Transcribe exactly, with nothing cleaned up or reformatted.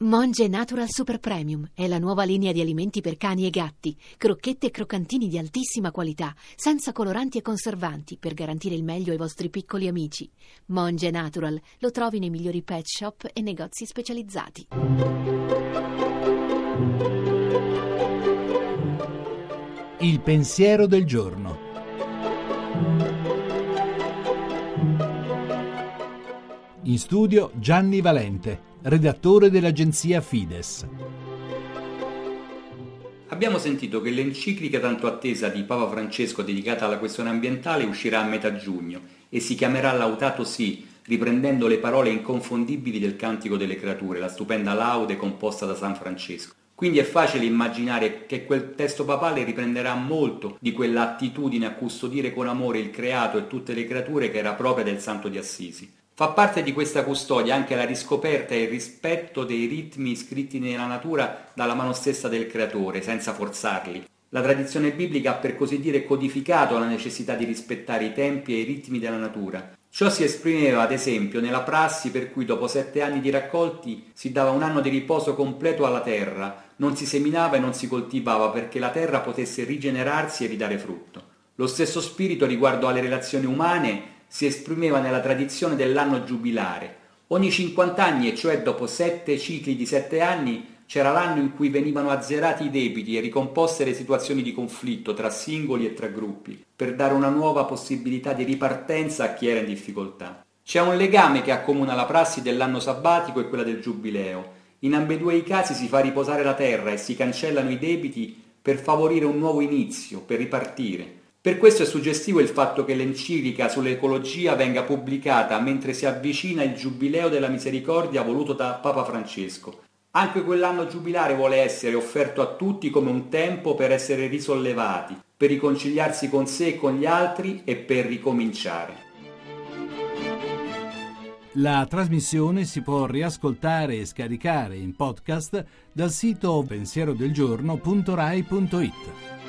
Monge Natural Super Premium è la nuova linea di alimenti per cani e gatti, crocchette e croccantini di altissima qualità, senza coloranti e conservanti, per garantire il meglio ai vostri piccoli amici. Monge Natural lo trovi nei migliori pet shop e negozi specializzati. Il pensiero del giorno. In studio Gianni Valente, redattore dell'agenzia Fides. Abbiamo sentito che l'enciclica tanto attesa di Papa Francesco dedicata alla questione ambientale uscirà a metà giugno e si chiamerà Laudato Si, riprendendo le parole inconfondibili del Cantico delle Creature, la stupenda laude composta da San Francesco. Quindi è facile immaginare che quel testo papale riprenderà molto di quella attitudine a custodire con amore il creato e tutte le creature che era propria del Santo di Assisi. Fa parte di questa custodia anche la riscoperta e il rispetto dei ritmi scritti nella natura dalla mano stessa del creatore, senza forzarli. La tradizione biblica ha per così dire codificato la necessità di rispettare i tempi e i ritmi della natura. Ciò si esprimeva ad esempio nella prassi per cui dopo sette anni di raccolti si dava un anno di riposo completo alla terra, non si seminava e non si coltivava perché la terra potesse rigenerarsi e ridare frutto. Lo stesso spirito riguardo alle relazioni umane si esprimeva nella tradizione dell'anno giubilare. Ogni cinquanta anni, e cioè dopo sette cicli di sette anni, c'era l'anno in cui venivano azzerati i debiti e ricomposte le situazioni di conflitto tra singoli e tra gruppi, per dare una nuova possibilità di ripartenza a chi era in difficoltà. C'è un legame che accomuna la prassi dell'anno sabbatico e quella del giubileo. In ambedue i casi si fa riposare la terra e si cancellano i debiti per favorire un nuovo inizio, per ripartire. Per questo è suggestivo il fatto che l'enciclica sull'ecologia venga pubblicata mentre si avvicina il Giubileo della Misericordia voluto da Papa Francesco. Anche quell'anno giubilare vuole essere offerto a tutti come un tempo per essere risollevati, per riconciliarsi con sé e con gli altri e per ricominciare. La trasmissione si può riascoltare e scaricare in podcast dal sito pensierodelgiorno punto rai punto it.